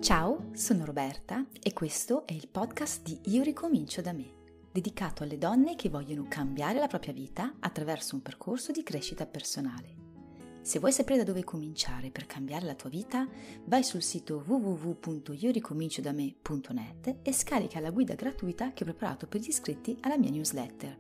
Ciao, sono Roberta e questo è il podcast di Io ricomincio da me, dedicato alle donne che vogliono cambiare la propria vita attraverso un percorso di crescita personale. Se vuoi sapere da dove cominciare per cambiare la tua vita, vai sul sito www.ioricominciodame.net e scarica la guida gratuita che ho preparato per gli iscritti alla mia newsletter.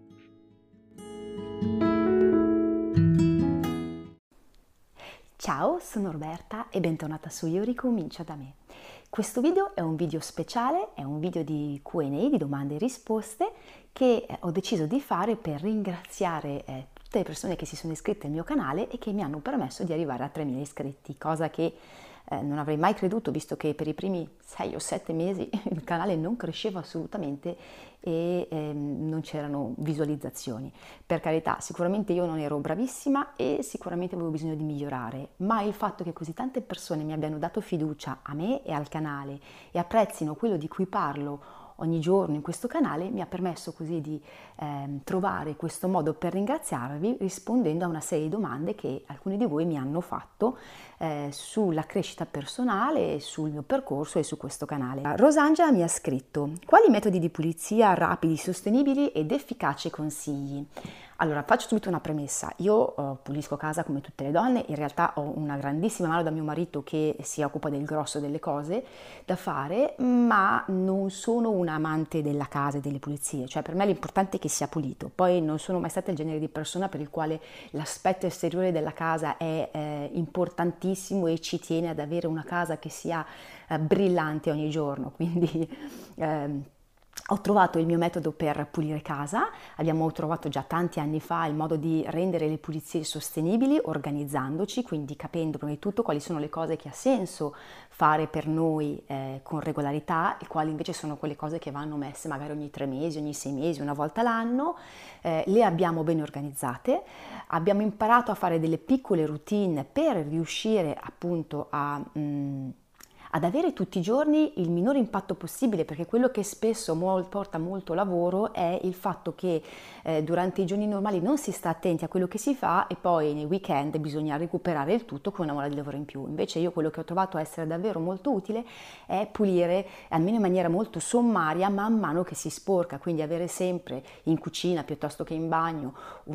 Ciao, sono Roberta e bentornata su Io ricomincio da me. Questo video è un video speciale, è un video di Q&A, di domande e risposte, che ho deciso di fare per ringraziare tutte le persone che si sono iscritte al mio canale e che mi hanno permesso di arrivare a 3.000 iscritti, cosa che non avrei mai creduto, visto che per i primi 6 o 7 mesi il canale non cresceva assolutamente e non c'erano visualizzazioni. Per carità, sicuramente io non ero bravissima e sicuramente avevo bisogno di migliorare, ma il fatto che così tante persone mi abbiano dato fiducia a me e al canale e apprezzino quello di cui parlo ogni giorno in questo canale mi ha permesso così di trovare questo modo per ringraziarvi rispondendo a una serie di domande che alcuni di voi mi hanno fatto sulla crescita personale, sul mio percorso e su questo canale. Rosangela mi ha scritto: quali metodi di pulizia rapidi, sostenibili ed efficaci consigli? Allora, faccio subito una premessa. Io pulisco casa come tutte le donne, in realtà ho una grandissima mano da mio marito che si occupa del grosso delle cose da fare, ma non sono un amante della casa e delle pulizie, cioè per me l'importante è che sia pulito. Poi non sono mai stata il genere di persona per il quale l'aspetto esteriore della casa è importantissimo e ci tiene ad avere una casa che sia brillante ogni giorno, quindi ho trovato il mio metodo per pulire casa. Abbiamo trovato già tanti anni fa il modo di rendere le pulizie sostenibili organizzandoci, quindi capendo prima di tutto quali sono le cose che ha senso fare per noi con regolarità e quali invece sono quelle cose che vanno messe magari ogni 3 mesi, ogni 6 mesi, una volta l'anno. Le abbiamo ben organizzate, abbiamo imparato a fare delle piccole routine per riuscire appunto ad avere tutti i giorni il minore impatto possibile, perché quello che spesso porta molto lavoro è il fatto che durante i giorni normali non si sta attenti a quello che si fa e poi nei weekend bisogna recuperare il tutto con una mole di lavoro in più. Invece io quello che ho trovato essere davvero molto utile è pulire, almeno in maniera molto sommaria, man mano che si sporca, quindi avere sempre in cucina piuttosto che in bagno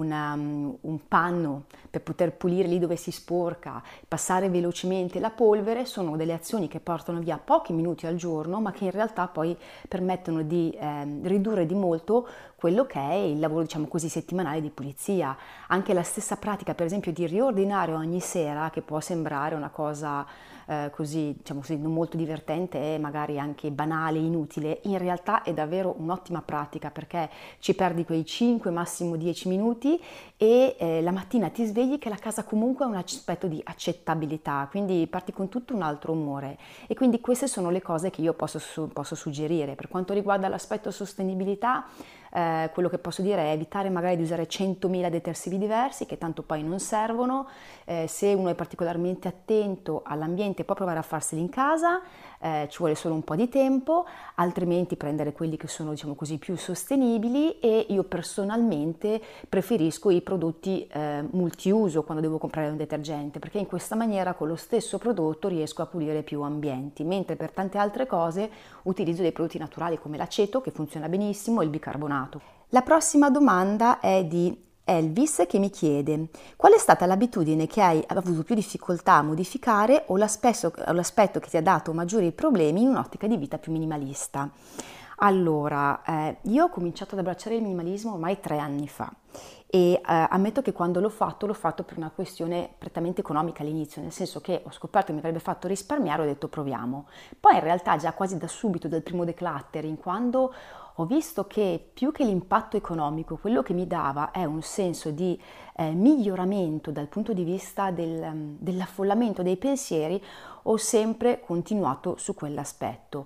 un panno per poter pulire lì dove si sporca, passare velocemente la polvere, sono delle azioni che portano via pochi minuti al giorno, ma che in realtà poi permettono di ridurre di molto quello che è il lavoro, diciamo così, settimanale di pulizia. Anche la stessa pratica, per esempio, di riordinare ogni sera, che può sembrare una cosa così, diciamo così, non molto divertente e magari anche banale, inutile, in realtà è davvero un'ottima pratica, perché ci perdi quei 5, massimo 10 minuti e la mattina ti svegli che la casa comunque ha un aspetto di accettabilità, quindi parti con tutto un altro umore. E quindi queste sono le cose che io posso suggerire. Per quanto riguarda l'aspetto sostenibilità, quello che posso dire è evitare magari di usare 100.000 detersivi diversi che tanto poi non servono. Se uno è particolarmente attento all'ambiente può provare a farseli in casa, ci vuole solo un po' di tempo, altrimenti prendere quelli che sono, diciamo così, più sostenibili. E io personalmente preferisco i prodotti multiuso quando devo comprare un detergente, perché in questa maniera con lo stesso prodotto riesco a pulire più ambienti, mentre per tante altre cose utilizzo dei prodotti naturali come l'aceto, che funziona benissimo, e il bicarbonato. La prossima domanda è di Elvis, che mi chiede: qual è stata l'abitudine che hai avuto più difficoltà a modificare o l'aspetto che ti ha dato maggiori problemi in un'ottica di vita più minimalista? Allora, io ho cominciato ad abbracciare il minimalismo ormai 3 anni fa e ammetto che quando l'ho fatto per una questione prettamente economica all'inizio, nel senso che ho scoperto che mi avrebbe fatto risparmiare, ho detto proviamo. Poi in realtà già quasi da subito, dal primo decluttering, quando ho visto che più che l'impatto economico, quello che mi dava è un senso di miglioramento dal punto di vista dell'affollamento dei pensieri, ho sempre continuato su quell'aspetto.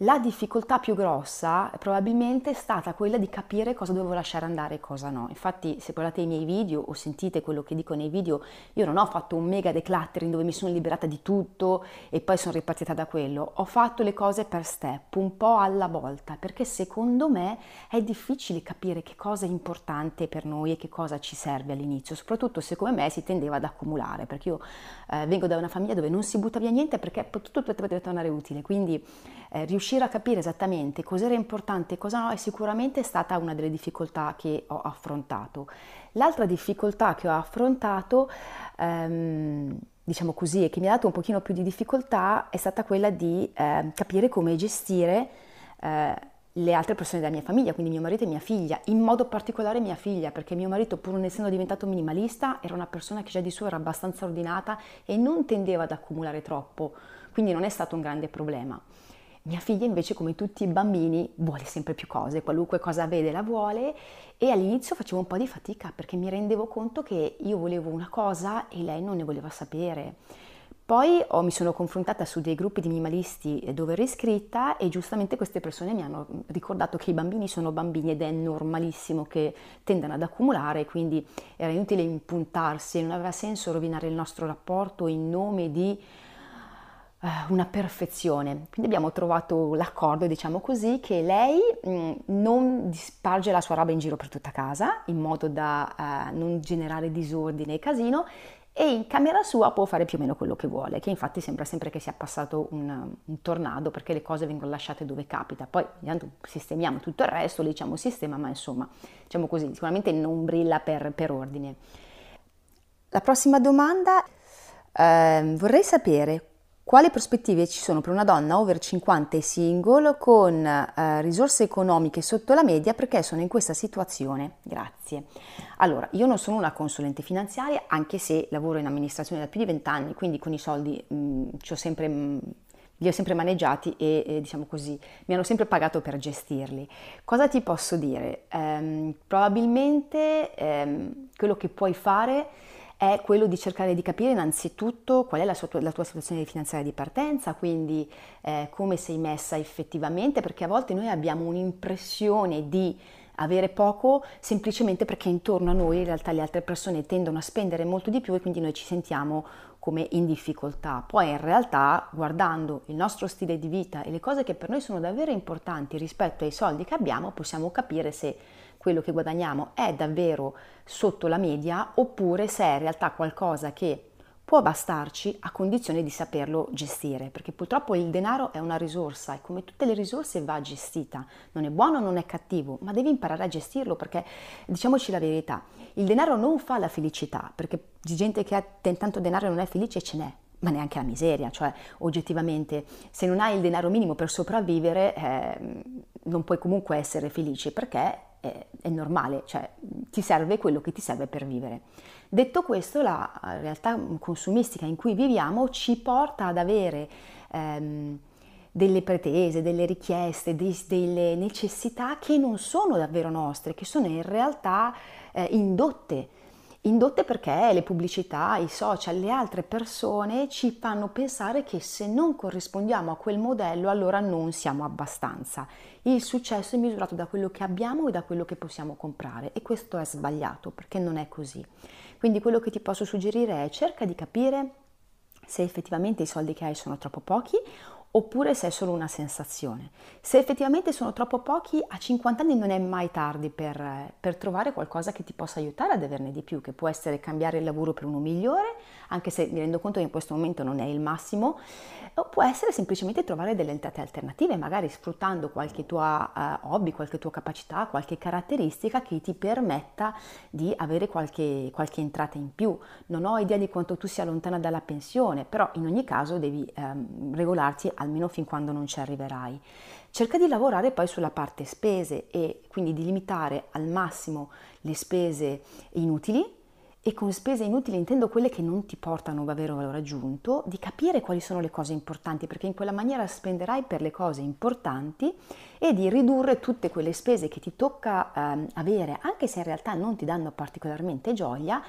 La difficoltà più grossa probabilmente è stata quella di capire cosa dovevo lasciare andare e cosa no. Infatti, se guardate i miei video o sentite quello che dico nei video, io non ho fatto un mega decluttering dove mi sono liberata di tutto e poi sono ripartita da quello. Ho fatto le cose per step, un po' alla volta, perché secondo me è difficile capire che cosa è importante per noi e che cosa ci serve all'inizio, soprattutto se come me si tendeva ad accumulare, perché io vengo da una famiglia dove non si butta via niente perché tutto potrebbe tornare utile, quindi riuscire a capire esattamente cosa era importante e cosa no è sicuramente stata una delle difficoltà che ho affrontato. L'altra difficoltà che ho affrontato, diciamo così, e che mi ha dato un pochino più di difficoltà è stata quella di capire come gestire le altre persone della mia famiglia, quindi mio marito e mia figlia, in modo particolare mia figlia, perché mio marito, pur non essendo diventato minimalista, era una persona che già di suo era abbastanza ordinata e non tendeva ad accumulare troppo, quindi non è stato un grande problema. Mia figlia invece, come tutti i bambini, vuole sempre più cose, qualunque cosa vede la vuole, e all'inizio facevo un po' di fatica perché mi rendevo conto che io volevo una cosa e lei non ne voleva sapere. Poi mi sono confrontata su dei gruppi di minimalisti dove ero iscritta e giustamente queste persone mi hanno ricordato che i bambini sono bambini ed è normalissimo che tendano ad accumulare, quindi era inutile impuntarsi e non aveva senso rovinare il nostro rapporto in nome di una perfezione. Quindi abbiamo trovato l'accordo, diciamo così, che lei non disparge la sua roba in giro per tutta casa, in modo da non generare disordine e casino, e in camera sua può fare più o meno quello che vuole, che infatti sembra sempre che sia passato un tornado, perché le cose vengono lasciate dove capita. Poi intanto sistemiamo tutto il resto, le diciamo sistema, ma insomma, diciamo così, sicuramente non brilla per ordine. La prossima domanda, vorrei sapere quali prospettive ci sono per una donna over 50 e single con risorse economiche sotto la media perché sono in questa situazione? Grazie. Allora, io non sono una consulente finanziaria, anche se lavoro in amministrazione da più di 20 anni, quindi con i soldi li ho sempre maneggiati e diciamo così, mi hanno sempre pagato per gestirli. Cosa ti posso dire? Probabilmente quello che puoi fare è quello di cercare di capire innanzitutto qual è la tua situazione finanziaria di partenza, quindi come sei messa effettivamente, perché a volte noi abbiamo un'impressione di avere poco semplicemente perché intorno a noi in realtà le altre persone tendono a spendere molto di più e quindi noi ci sentiamo come in difficoltà. Poi in realtà, guardando il nostro stile di vita e le cose che per noi sono davvero importanti rispetto ai soldi che abbiamo, possiamo capire se quello che guadagniamo è davvero sotto la media oppure se è in realtà qualcosa che può bastarci a condizione di saperlo gestire, perché purtroppo il denaro è una risorsa e come tutte le risorse va gestita, non è buono, non è cattivo, ma devi imparare a gestirlo perché diciamoci la verità, il denaro non fa la felicità, perché di gente che ha tanto denaro e non è felice ce n'è, ma neanche la miseria, cioè oggettivamente se non hai il denaro minimo per sopravvivere non puoi comunque essere felice perché è normale, cioè ti serve quello che ti serve per vivere. Detto questo, la realtà consumistica in cui viviamo ci porta ad avere delle pretese, delle richieste, delle necessità che non sono davvero nostre, che sono in realtà indotte perché le pubblicità, i social, le altre persone ci fanno pensare che se non corrispondiamo a quel modello allora non siamo abbastanza. Il successo è misurato da quello che abbiamo e da quello che possiamo comprare e questo è sbagliato perché non è così. Quindi quello che ti posso suggerire è cerca di capire se effettivamente i soldi che hai sono troppo pochi oppure se è solo una sensazione. Se effettivamente sono troppo pochi, a 50 anni non è mai tardi per trovare qualcosa che ti possa aiutare ad averne di più, che può essere cambiare il lavoro per uno migliore, anche se mi rendo conto che in questo momento non è il massimo, o può essere semplicemente trovare delle entrate alternative, magari sfruttando qualche tua hobby, qualche tua capacità, qualche caratteristica che ti permetta di avere qualche entrata in più. Non ho idea di quanto tu sia lontana dalla pensione, però in ogni caso devi regolarti almeno fin quando non ci arriverai. Cerca di lavorare poi sulla parte spese e quindi di limitare al massimo le spese inutili, e con spese inutili intendo quelle che non ti portano davvero valore aggiunto, di capire quali sono le cose importanti, perché in quella maniera spenderai per le cose importanti, e di ridurre tutte quelle spese che ti tocca avere, anche se in realtà non ti danno particolarmente gioia,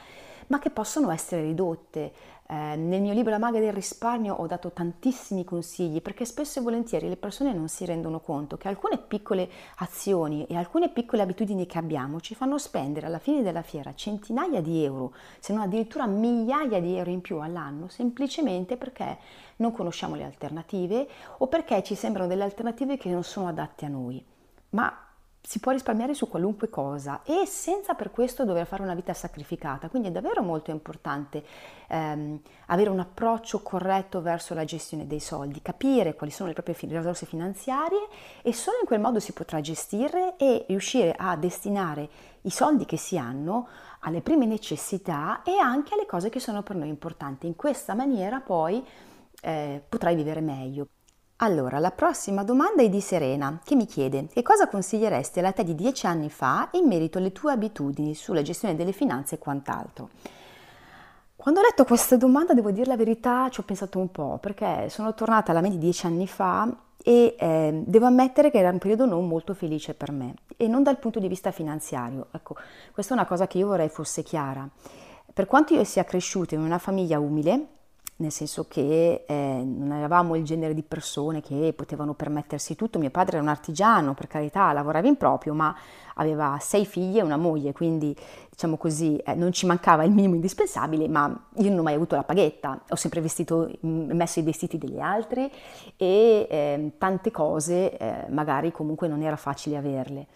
ma che possono essere ridotte. Nel mio libro La magia del risparmio ho dato tantissimi consigli, perché spesso e volentieri le persone non si rendono conto che alcune piccole azioni e alcune piccole abitudini che abbiamo ci fanno spendere alla fine della fiera centinaia di euro, se non addirittura migliaia di euro in più all'anno, semplicemente perché non conosciamo le alternative o perché ci sembrano delle alternative che non sono adatte a noi. Ma si può risparmiare su qualunque cosa e senza per questo dover fare una vita sacrificata, quindi è davvero molto importante avere un approccio corretto verso la gestione dei soldi, capire quali sono le proprie risorse finanziarie, e solo in quel modo si potrà gestire e riuscire a destinare i soldi che si hanno alle prime necessità e anche alle cose che sono per noi importanti. In questa maniera poi potrai vivere meglio. Allora, la prossima domanda è di Serena, che mi chiede: che cosa consiglieresti alla te di 10 anni fa in merito alle tue abitudini sulla gestione delle finanze e quant'altro? Quando ho letto questa domanda, devo dire la verità, ci ho pensato un po', perché sono tornata alla me di 10 anni fa e devo ammettere che era un periodo non molto felice per me, e non dal punto di vista finanziario. Ecco, questa è una cosa che io vorrei fosse chiara. Per quanto io sia cresciuta in una famiglia umile, nel senso che non eravamo il genere di persone che potevano permettersi tutto. Mio padre era un artigiano, per carità, lavorava in proprio, ma aveva 6 figlie e una moglie, quindi diciamo così non ci mancava il minimo indispensabile, ma io non ho mai avuto la paghetta, ho sempre messo i vestiti degli altri e tante cose magari comunque non era facile averle.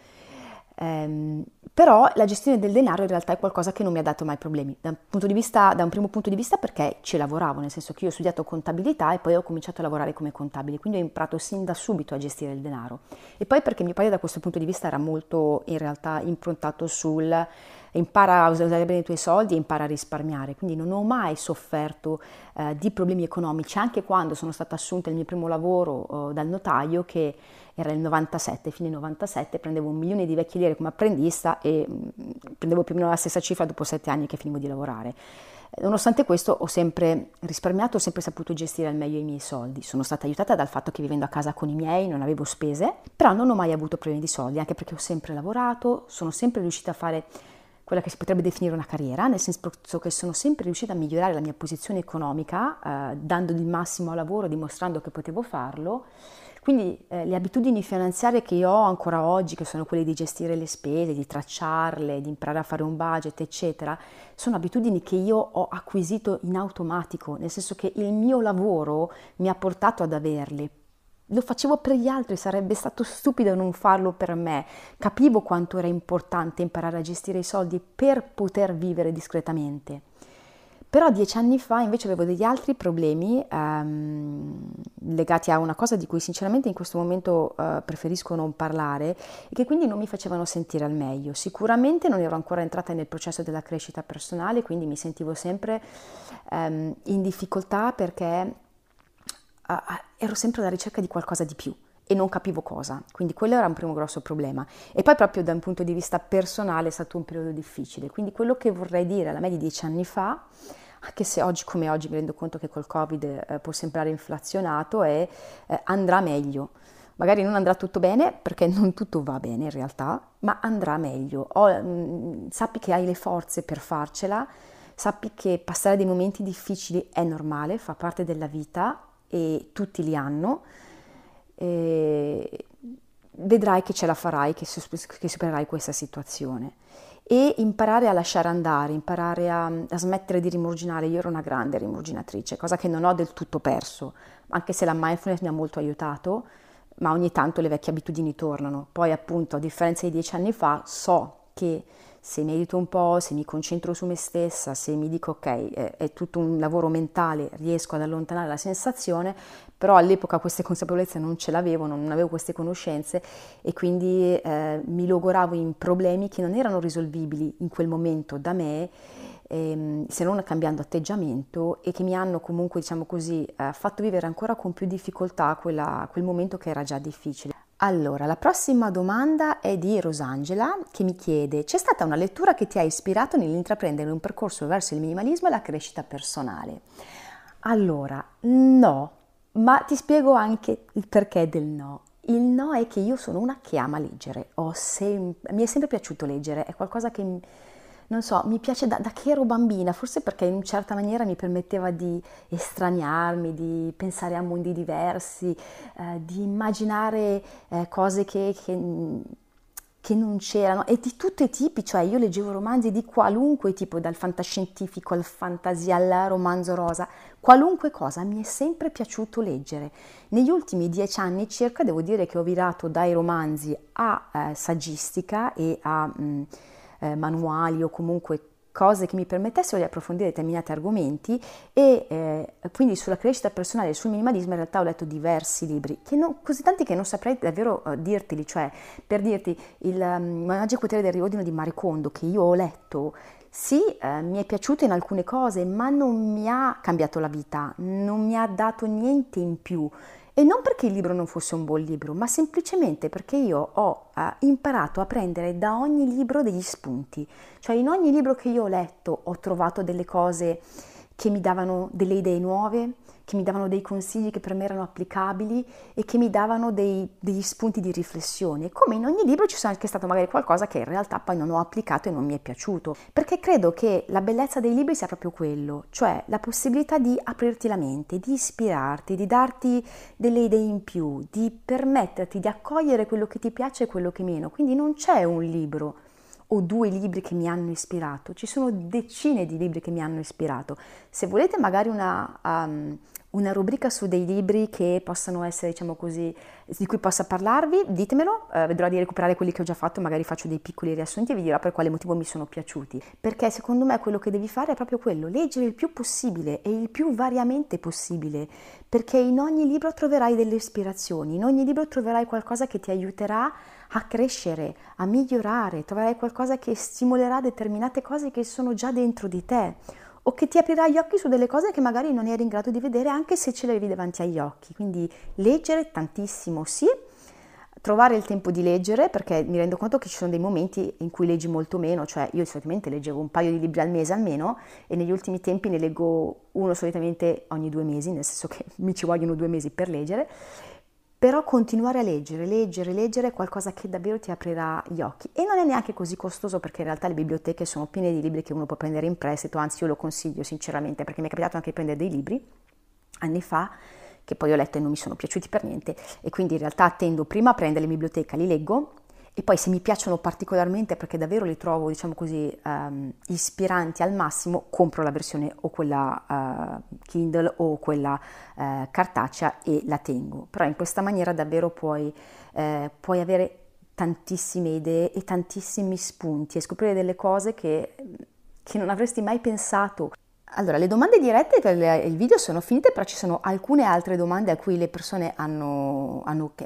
Però la gestione del denaro in realtà è qualcosa che non mi ha dato mai problemi, da un primo punto di vista perché ci lavoravo, nel senso che io ho studiato contabilità e poi ho cominciato a lavorare come contabile, quindi ho imparato sin da subito a gestire il denaro, e poi perché mio padre da questo punto di vista era molto in realtà improntato sul impara a usare bene i tuoi soldi e impara a risparmiare, quindi non ho mai sofferto di problemi economici, anche quando sono stata assunta nel mio primo lavoro dal notaio, che era il 97, fine 97, prendevo 1 milione di vecchie lire come apprendista e prendevo più o meno la stessa cifra dopo 7 anni che finivo di lavorare. Nonostante questo ho sempre risparmiato, ho sempre saputo gestire al meglio i miei soldi. Sono stata aiutata dal fatto che vivendo a casa con i miei non avevo spese, però non ho mai avuto problemi di soldi, anche perché ho sempre lavorato, sono sempre riuscita a fare quella che si potrebbe definire una carriera, nel senso che sono sempre riuscita a migliorare la mia posizione economica, dando il massimo al lavoro, dimostrando che potevo farlo. Quindi le abitudini finanziarie che io ho ancora oggi, che sono quelle di gestire le spese, di tracciarle, di imparare a fare un budget, eccetera, sono abitudini che io ho acquisito in automatico, nel senso che il mio lavoro mi ha portato ad averle. Lo facevo per gli altri, sarebbe stato stupido non farlo per me. Capivo quanto era importante imparare a gestire i soldi per poter vivere discretamente. Però 10 anni fa invece avevo degli altri problemi legati a una cosa di cui sinceramente in questo momento preferisco non parlare, e che quindi non mi facevano sentire al meglio. Sicuramente non ero ancora entrata nel processo della crescita personale, quindi mi sentivo sempre in difficoltà perché ero sempre alla ricerca di qualcosa di più e non capivo cosa, quindi quello era un primo grosso problema. E poi proprio da un punto di vista personale è stato un periodo difficile, quindi quello che vorrei dire alla me di 10 anni fa, anche se oggi come oggi mi rendo conto che col Covid può sembrare inflazionato, è andrà meglio. Magari non andrà tutto bene, perché non tutto va bene in realtà, ma andrà meglio. Sappi che hai le forze per farcela, sappi che passare dei momenti difficili è normale, fa parte della vita e tutti li hanno. Vedrai che ce la farai, che supererai questa situazione, e imparare a lasciare andare, imparare a smettere di rimuginare. Io ero una grande rimuginatrice, cosa che non ho del tutto perso, anche se la mindfulness mi ha molto aiutato, ma ogni tanto le vecchie abitudini tornano. Poi appunto, a differenza di 10 anni fa, so che se medito un po', se mi concentro su me stessa, se mi dico ok, è tutto un lavoro mentale, riesco ad allontanare la sensazione, però all'epoca queste consapevolezze non ce l'avevo, non avevo queste conoscenze, e quindi mi logoravo in problemi che non erano risolvibili in quel momento da me, se non cambiando atteggiamento, e che mi hanno comunque, diciamo così, fatto vivere ancora con più difficoltà quel momento che era già difficile. Allora, la prossima domanda è di Rosangela, che mi chiede: c'è stata una lettura che ti ha ispirato nell'intraprendere un percorso verso il minimalismo e la crescita personale? Allora, no, ma ti spiego anche il perché del no. Il no è che io sono una che ama leggere, mi è sempre piaciuto leggere, è qualcosa che non so, mi piace da che ero bambina, forse perché in una certa maniera mi permetteva di estraniarmi, di pensare a mondi diversi, di immaginare cose che non c'erano, e di tutti i tipi, cioè io leggevo romanzi di qualunque tipo, dal fantascientifico al fantasia al romanzo rosa, qualunque cosa mi è sempre piaciuto leggere. Negli ultimi 10 anni circa devo dire che ho virato dai romanzi a saggistica e a manuali o comunque cose che mi permettessero di approfondire determinati argomenti e quindi sulla crescita personale e sul minimalismo in realtà ho letto diversi libri, così tanti che non saprei davvero dirteli, cioè per dirti il Magico potere del riordino di Marie Kondo che io ho letto, sì, mi è piaciuto in alcune cose, ma non mi ha cambiato la vita, non mi ha dato niente in più. E non perché il libro non fosse un buon libro, ma semplicemente perché io ho imparato a prendere da ogni libro degli spunti. Cioè in ogni libro che io ho letto ho trovato delle cose che mi davano delle idee nuove, che mi davano dei consigli che per me erano applicabili e che mi davano degli spunti di riflessione. Come in ogni libro ci sono anche stato magari qualcosa che in realtà poi non ho applicato e non mi è piaciuto. Perché credo che la bellezza dei libri sia proprio quello, cioè la possibilità di aprirti la mente, di ispirarti, di darti delle idee in più, di permetterti di accogliere quello che ti piace e quello che meno. Quindi non c'è un libro o 2 libri che mi hanno ispirato, ci sono decine di libri che mi hanno ispirato. Se volete magari una rubrica su dei libri che possano essere, diciamo così, di cui possa parlarvi, ditemelo, vedrò di recuperare quelli che ho già fatto, magari faccio dei piccoli riassunti e vi dirò per quale motivo mi sono piaciuti, perché secondo me quello che devi fare è proprio quello, leggere il più possibile e il più variamente possibile, perché in ogni libro troverai delle ispirazioni, in ogni libro troverai qualcosa che ti aiuterà a crescere, a migliorare, troverai qualcosa che stimolerà determinate cose che sono già dentro di te o che ti aprirà gli occhi su delle cose che magari non eri in grado di vedere anche se ce le avevi davanti agli occhi. Quindi leggere tantissimo, sì, trovare il tempo di leggere, perché mi rendo conto che ci sono dei momenti in cui leggi molto meno, cioè io solitamente leggevo un paio di libri al mese almeno e negli ultimi tempi ne leggo uno solitamente ogni 2 mesi, nel senso che mi ci vogliono 2 mesi per leggere. Però continuare a leggere è qualcosa che davvero ti aprirà gli occhi e non è neanche così costoso perché in realtà le biblioteche sono piene di libri che uno può prendere in prestito, anzi io lo consiglio sinceramente perché mi è capitato anche di prendere dei libri anni fa che poi ho letto e non mi sono piaciuti per niente e quindi in realtà tendo prima a prendere in biblioteca, li leggo e poi se mi piacciono particolarmente perché davvero li trovo, diciamo così, ispiranti al massimo, compro la versione o quella Kindle o quella cartacea e la tengo. Però in questa maniera davvero puoi avere tantissime idee e tantissimi spunti e scoprire delle cose che non avresti mai pensato. Allora, le domande dirette per il video sono finite, però ci sono alcune altre domande a cui le persone hanno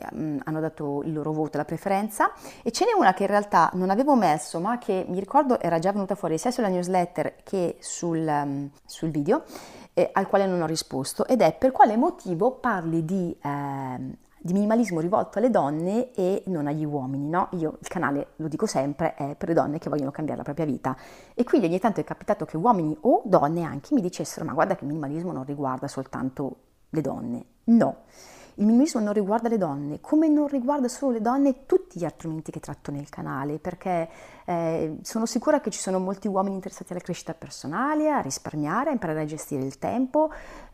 dato il loro voto, la preferenza, e ce n'è una che in realtà non avevo messo, ma che mi ricordo era già venuta fuori sia sulla newsletter che sul video, al quale non ho risposto, ed è per quale motivo parli di minimalismo rivolto alle donne e non agli uomini, no? Io il canale, lo dico sempre, è per le donne che vogliono cambiare la propria vita e quindi ogni tanto è capitato che uomini o donne anche mi dicessero ma guarda che il minimalismo non riguarda soltanto le donne. No, il minimalismo non riguarda le donne, come non riguarda solo le donne tutti gli argomenti che tratto nel canale, perché sono sicura che ci sono molti uomini interessati alla crescita personale, a risparmiare, a imparare a gestire il tempo,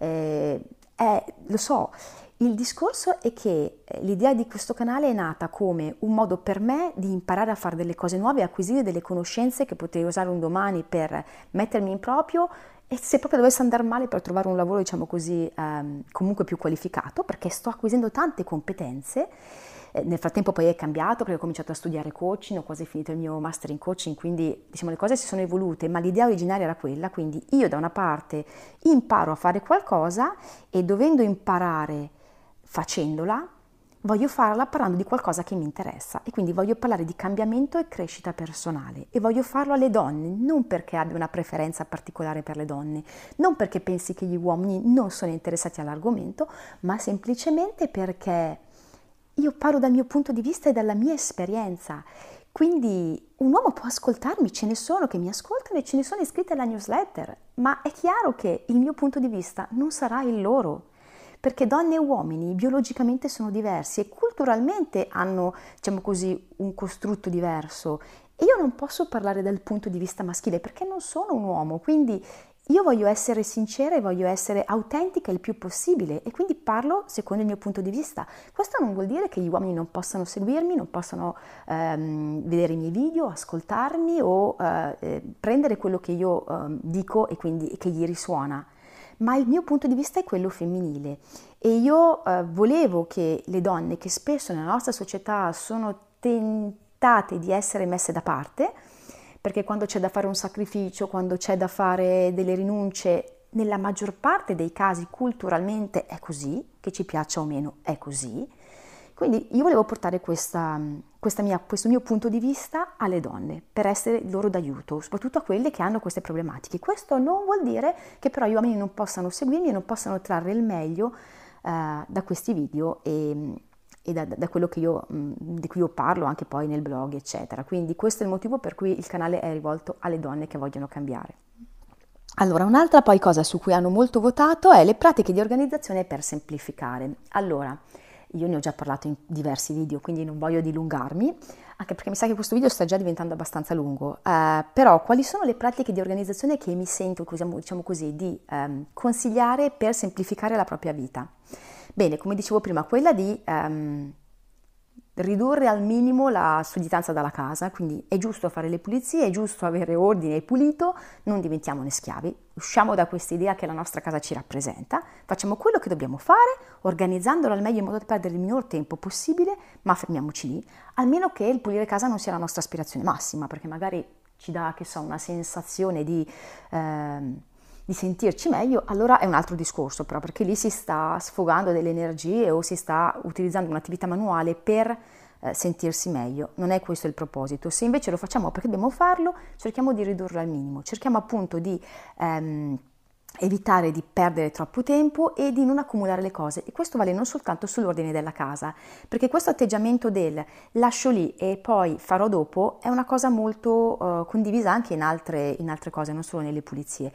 lo so. Il discorso è che l'idea di questo canale è nata come un modo per me di imparare a fare delle cose nuove, acquisire delle conoscenze che potrei usare un domani per mettermi in proprio e se proprio dovesse andare male per trovare un lavoro, diciamo così, comunque più qualificato, perché sto acquisendo tante competenze. Nel frattempo poi è cambiato perché ho cominciato a studiare coaching, ho quasi finito il mio master in coaching, quindi diciamo le cose si sono evolute, ma l'idea originaria era quella, quindi io da una parte imparo a fare qualcosa e dovendo imparare facendola, voglio farla parlando di qualcosa che mi interessa e quindi voglio parlare di cambiamento e crescita personale e voglio farlo alle donne, non perché abbia una preferenza particolare per le donne, non perché pensi che gli uomini non sono interessati all'argomento, ma semplicemente perché io parlo dal mio punto di vista e dalla mia esperienza. Quindi un uomo può ascoltarmi, ce ne sono che mi ascoltano e ce ne sono iscritte alla newsletter, ma è chiaro che il mio punto di vista non sarà il loro. Perché donne e uomini biologicamente sono diversi e culturalmente hanno, diciamo così, un costrutto diverso E io non posso parlare dal punto di vista maschile perché non sono un uomo, quindi io voglio essere sincera e voglio essere autentica il più possibile e quindi parlo secondo il mio punto di vista. Questo non vuol dire che gli uomini non possano seguirmi, non possano vedere i miei video, ascoltarmi o prendere quello che io dico e quindi che gli risuona. Ma il mio punto di vista è quello femminile e io volevo che le donne che spesso nella nostra società sono tentate di essere messe da parte, perché quando c'è da fare un sacrificio, quando c'è da fare delle rinunce, nella maggior parte dei casi culturalmente è così, che ci piaccia o meno è così. Quindi io volevo portare questo mio punto di vista alle donne per essere loro d'aiuto, soprattutto a quelle che hanno queste problematiche. Questo non vuol dire che però gli uomini non possano seguirmi e non possano trarre il meglio da questi video e da quello di cui io parlo anche poi nel blog, eccetera. Quindi questo è il motivo per cui il canale è rivolto alle donne che vogliono cambiare. Allora, un'altra poi cosa su cui hanno molto votato è le pratiche di organizzazione per semplificare. Allora, io ne ho già parlato in diversi video, quindi non voglio dilungarmi, anche perché mi sa che questo video sta già diventando abbastanza lungo. Però quali sono le pratiche di organizzazione che mi sento, diciamo così, di consigliare per semplificare la propria vita? Bene, come dicevo prima, quella di ridurre al minimo la sudditanza dalla casa, quindi è giusto fare le pulizie, è giusto avere ordine e pulito, non diventiamone schiavi, usciamo da questa idea che la nostra casa ci rappresenta, facciamo quello che dobbiamo fare, organizzandolo al meglio in modo da perdere il minor tempo possibile, ma fermiamoci lì, almeno che il pulire casa non sia la nostra aspirazione massima, perché magari ci dà, che so, una sensazione di sentirci meglio, allora è un altro discorso però, perché lì si sta sfogando delle energie o si sta utilizzando un'attività manuale per sentirsi meglio. Non è questo il proposito. Se invece lo facciamo perché dobbiamo farlo, cerchiamo di ridurlo al minimo, cerchiamo appunto di evitare di perdere troppo tempo e di non accumulare le cose, e questo vale non soltanto sull'ordine della casa, perché questo atteggiamento del lascio lì e poi farò dopo è una cosa molto condivisa anche in altre cose, non solo nelle pulizie.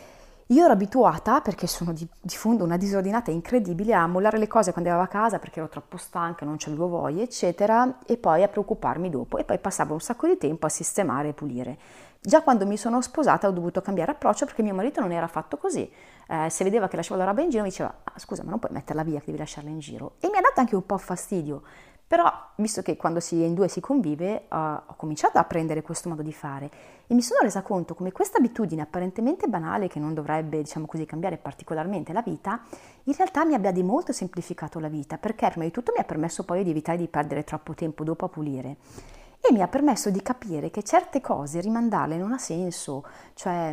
Io ero abituata, perché sono di fondo una disordinata incredibile, a mollare le cose quando ero a casa perché ero troppo stanca, non c'avevo voglia, eccetera, e poi a preoccuparmi dopo. E poi passavo un sacco di tempo a sistemare e pulire. Già quando mi sono sposata ho dovuto cambiare approccio perché mio marito non era affatto così. Se vedeva che lasciavo la roba in giro mi diceva scusa, ma non puoi metterla via che devi lasciarla in giro. E mi ha dato anche un po' fastidio. Però, visto che quando si è in due si convive, ho cominciato a prendere questo modo di fare e mi sono resa conto come questa abitudine apparentemente banale, che non dovrebbe, diciamo così, cambiare particolarmente la vita, in realtà mi abbia di molto semplificato la vita, perché prima di tutto mi ha permesso poi di evitare di perdere troppo tempo dopo a pulire e mi ha permesso di capire che certe cose rimandarle non ha senso, cioè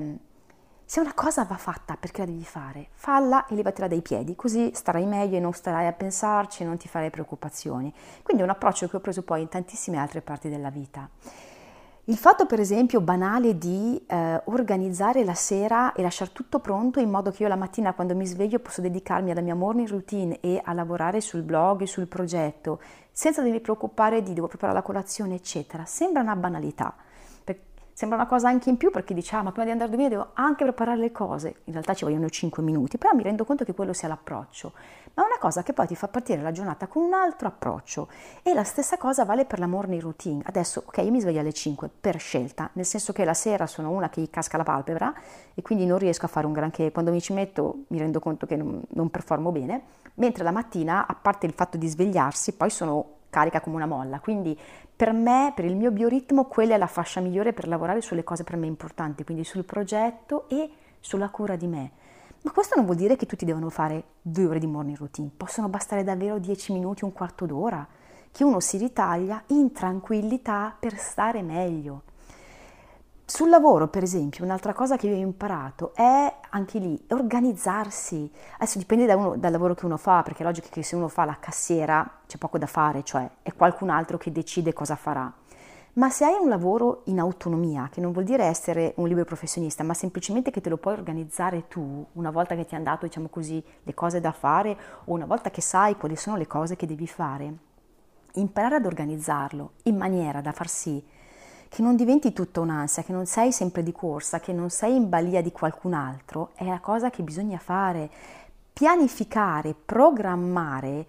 se una cosa va fatta perché la devi fare, falla e levatela dai piedi, così starai meglio e non starai a pensarci e non ti farai preoccupazioni. Quindi è un approccio che ho preso poi in tantissime altre parti della vita. Il fatto, per esempio, banale di organizzare la sera e lasciare tutto pronto in modo che io la mattina quando mi sveglio posso dedicarmi alla mia morning routine e a lavorare sul blog e sul progetto, senza dovermi preoccupare di devo preparare la colazione, eccetera, sembra una banalità. Sembra una cosa anche in più perché dici, ma prima di andare a dormire devo anche preparare le cose. In realtà ci vogliono 5 minuti, però mi rendo conto che quello sia l'approccio. Ma è una cosa che poi ti fa partire la giornata con un altro approccio. E la stessa cosa vale per la morning routine. Adesso, ok, io mi sveglio alle 5 per scelta, nel senso che la sera sono una che gli casca la palpebra e quindi non riesco a fare un granché. Quando mi ci metto mi rendo conto che non performo bene, mentre la mattina, a parte il fatto di svegliarsi, poi sono carica come una molla, quindi per me, per il mio bioritmo, quella è la fascia migliore per lavorare sulle cose per me importanti, quindi sul progetto e sulla cura di me. Ma questo non vuol dire che tutti devono fare 2 ore di morning routine, possono bastare davvero 10 minuti, un quarto d'ora, che uno si ritaglia in tranquillità per stare meglio. Sul lavoro, per esempio, un'altra cosa che io ho imparato è anche lì organizzarsi. Adesso dipende dal lavoro che uno fa, perché è logico che se uno fa la cassiera c'è poco da fare, cioè è qualcun altro che decide cosa farà. Ma se hai un lavoro in autonomia, che non vuol dire essere un libero professionista, ma semplicemente che te lo puoi organizzare tu, una volta che ti hanno dato, diciamo così, le cose da fare o una volta che sai quali sono le cose che devi fare, imparare ad organizzarlo in maniera da far sì che non diventi tutta un'ansia, che non sei sempre di corsa, che non sei in balia di qualcun altro, è la cosa che bisogna fare. Pianificare, programmare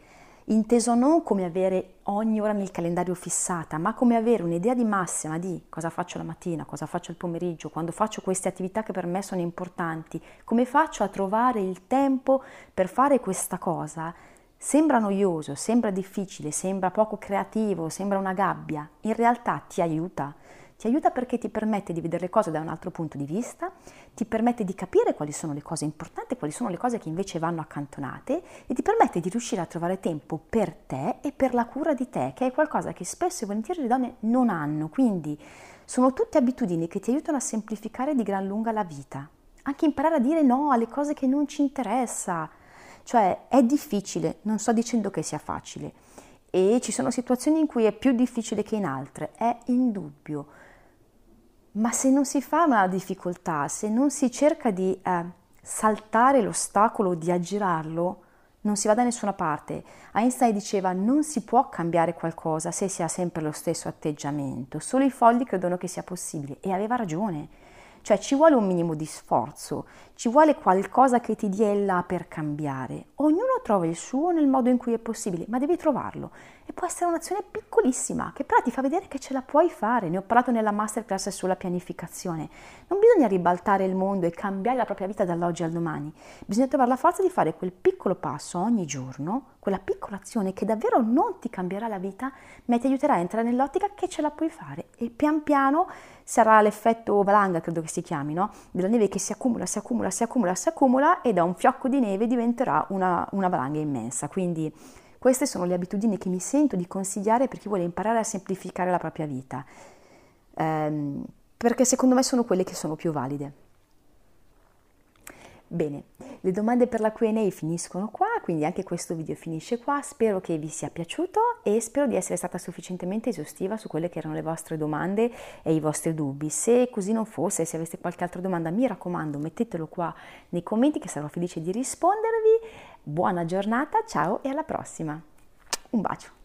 inteso non come avere ogni ora nel calendario fissata, ma come avere un'idea di massima di cosa faccio la mattina, cosa faccio il pomeriggio, quando faccio queste attività che per me sono importanti, come faccio a trovare il tempo per fare questa cosa. Sembra noioso, sembra difficile, sembra poco creativo, sembra una gabbia, in realtà ti aiuta. Ti aiuta perché ti permette di vedere le cose da un altro punto di vista, ti permette di capire quali sono le cose importanti, quali sono le cose che invece vanno accantonate e ti permette di riuscire a trovare tempo per te e per la cura di te, che è qualcosa che spesso e volentieri le donne non hanno. Quindi sono tutte abitudini che ti aiutano a semplificare di gran lunga la vita. Anche imparare a dire no alle cose che non ci interessa. Cioè è difficile, non sto dicendo che sia facile e ci sono situazioni in cui è più difficile che in altre, è indubbio. Ma se non si fa una difficoltà, se non si cerca di saltare l'ostacolo, di aggirarlo, non si va da nessuna parte. Einstein diceva non si può cambiare qualcosa se si ha sempre lo stesso atteggiamento, solo i folli credono che sia possibile e aveva ragione. Cioè ci vuole un minimo di sforzo, ci vuole qualcosa che ti dia il là per cambiare. Ognuno trova il suo nel modo in cui è possibile, ma devi trovarlo. E può essere un'azione piccolissima, che però ti fa vedere che ce la puoi fare. Ne ho parlato nella masterclass sulla pianificazione. Non bisogna ribaltare il mondo e cambiare la propria vita dall'oggi al domani. Bisogna trovare la forza di fare quel piccolo passo ogni giorno, quella piccola azione che davvero non ti cambierà la vita, ma ti aiuterà a entrare nell'ottica che ce la puoi fare. E pian piano sarà l'effetto valanga, credo che si chiami, no? Della neve che si accumula, si accumula, si accumula, si accumula e da un fiocco di neve diventerà una valanga immensa. Quindi queste sono le abitudini che mi sento di consigliare per chi vuole imparare a semplificare la propria vita, perché secondo me sono quelle che sono più valide. Bene, le domande per la Q&A finiscono qua, quindi anche questo video finisce qua. Spero che vi sia piaciuto e spero di essere stata sufficientemente esaustiva su quelle che erano le vostre domande e i vostri dubbi. Se così non fosse, se aveste qualche altra domanda, mi raccomando, mettetelo qua nei commenti che sarò felice di rispondervi. Buona giornata, ciao e alla prossima. Un bacio.